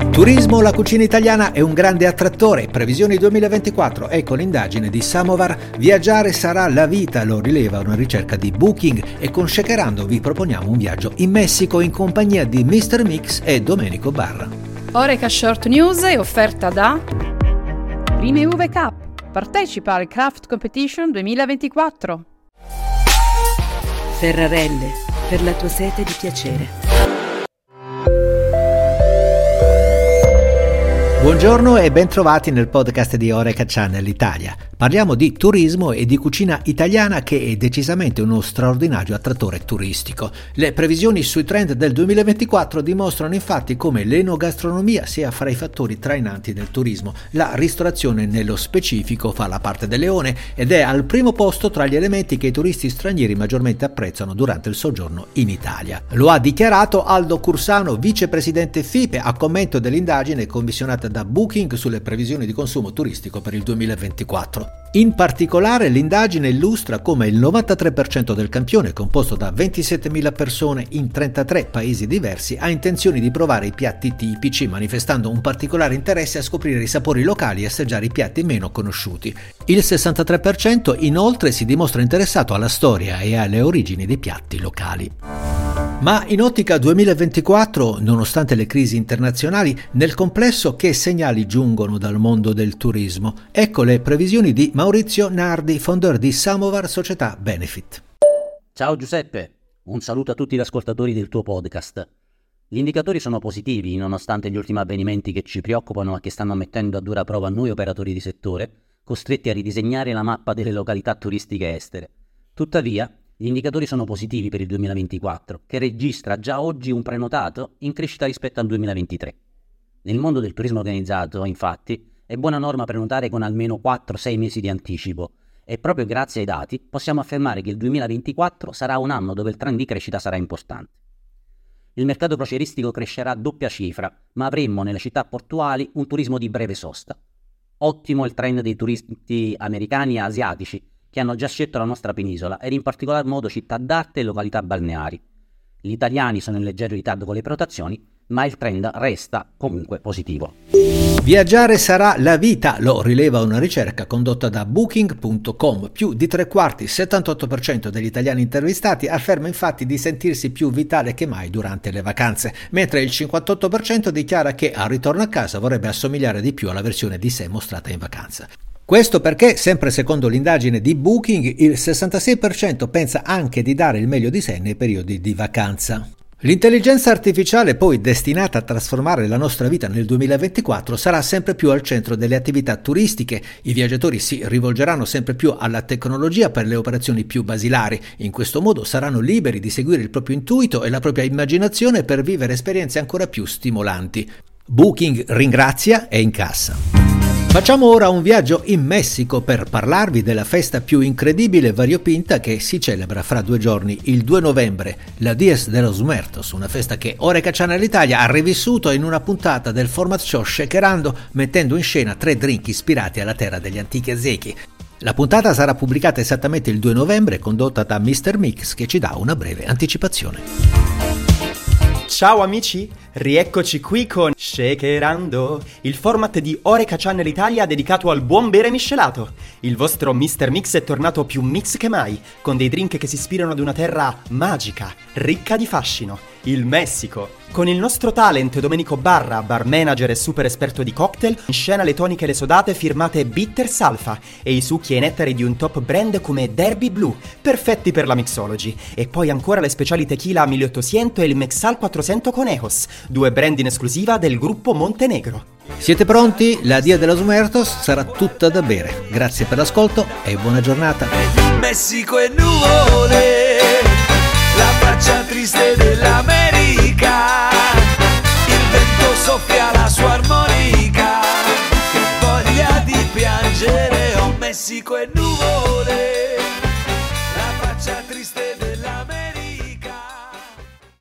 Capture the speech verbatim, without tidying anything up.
Turismo, la cucina italiana è un grande attrattore. Previsioni duemilaventiquattro, ecco l'indagine di Samovar. Viaggiare sarà la vita, lo rileva una ricerca di Booking, e con Shakerando vi proponiamo un viaggio in Messico in compagnia di mister Mix e Domenico Barra. Oreca Short News è offerta da Prime Uve Cup. Partecipa al Craft Competition duemilaventiquattro. Ferrarelle, per la tua sete di piacere. Buongiorno e ben trovati nel podcast di Oreca Channel Italia. Parliamo di turismo e di cucina italiana, che è decisamente uno straordinario attrattore turistico. Le previsioni sui trend del duemilaventiquattro dimostrano infatti come l'enogastronomia sia fra i fattori trainanti del turismo. La ristorazione nello specifico fa la parte del leone ed è al primo posto tra gli elementi che i turisti stranieri maggiormente apprezzano durante il soggiorno in Italia. Lo ha dichiarato Aldo Cursano, vicepresidente F I P E, a commento dell'indagine commissionata da Booking sulle previsioni di consumo turistico per il duemilaventiquattro. In particolare l'indagine illustra come il novantatré per cento del campione, composto da ventisettemila persone in trentatré paesi diversi, ha intenzione di provare i piatti tipici, manifestando un particolare interesse a scoprire i sapori locali e assaggiare i piatti meno conosciuti. Il sessantatré per cento inoltre si dimostra interessato alla storia e alle origini dei piatti locali. Ma in ottica duemilaventiquattro, nonostante le crisi internazionali, nel complesso che segnali giungono dal mondo del turismo? Ecco le previsioni di Maurizio Nardi, founder di Samovar Società Benefit. Ciao Giuseppe, un saluto a tutti gli ascoltatori del tuo podcast. Gli indicatori sono positivi nonostante gli ultimi avvenimenti che ci preoccupano e che stanno mettendo a dura prova noi operatori di settore, costretti a ridisegnare la mappa delle località turistiche estere. Tuttavia, gli indicatori sono positivi per il duemilaventiquattro, che registra già oggi un prenotato in crescita rispetto al duemilaventitré. Nel mondo del turismo organizzato, infatti, è buona norma prenotare con almeno quattro sei mesi di anticipo, e proprio grazie ai dati possiamo affermare che il duemilaventiquattro sarà un anno dove il trend di crescita sarà importante. Il mercato crocieristico crescerà a doppia cifra, ma avremmo nelle città portuali un turismo di breve sosta. Ottimo il trend dei turisti americani e asiatici, che hanno già scelto la nostra penisola ed in particolar modo città d'arte e località balneari. Gli italiani sono in leggero ritardo con le prenotazioni, ma il trend resta comunque positivo. Viaggiare sarà la vita, lo rileva una ricerca condotta da Booking punto com. Più di tre quarti, settantotto per cento degli italiani intervistati afferma infatti di sentirsi più vitale che mai durante le vacanze, mentre il cinquantotto per cento dichiara che al ritorno a casa vorrebbe assomigliare di più alla versione di sé mostrata in vacanza. Questo perché, sempre secondo l'indagine di Booking, il sessantasei per cento pensa anche di dare il meglio di sé nei periodi di vacanza. L'intelligenza artificiale, poi destinata a trasformare la nostra vita nel duemilaventiquattro, sarà sempre più al centro delle attività turistiche. I viaggiatori si rivolgeranno sempre più alla tecnologia per le operazioni più basilari. In questo modo saranno liberi di seguire il proprio intuito e la propria immaginazione per vivere esperienze ancora più stimolanti. Booking ringrazia e incassa. Facciamo ora un viaggio in Messico per parlarvi della festa più incredibile e variopinta che si celebra fra due giorni, il due novembre, la Dies de los Muertos, una festa che Oreca Channel Italia ha rivissuto in una puntata del format show Shakerando, mettendo in scena tre drink ispirati alla terra degli antichi Aztechi. La puntata sarà pubblicata esattamente il due novembre, condotta da mister Mix, che ci dà una breve anticipazione. Ciao amici, rieccoci qui con Shakerando, il format di Oreca Channel Italia dedicato al buon bere miscelato. Il vostro mister Mix è tornato più mix che mai, con dei drink che si ispirano ad una terra magica, ricca di fascino, il Messico. Con il nostro talent Domenico Barra, bar manager e super esperto di cocktail, in scena le toniche e le sodate firmate Bitters Alpha e i succhi e i nettari di un top brand come Derby Blue, perfetti per la mixology. E poi ancora le speciali tequila milleottocento e il Mexal quattrocento Conejos, due brand in esclusiva del gruppo Montenegro. Siete pronti? La Dia de los Muertos sarà tutta da bere. Grazie per l'ascolto e buona giornata. Messico e nuvole, la faccia triste dell'America, il vento soffia la sua armonica, che voglia di piangere, oh Messico e nuvole.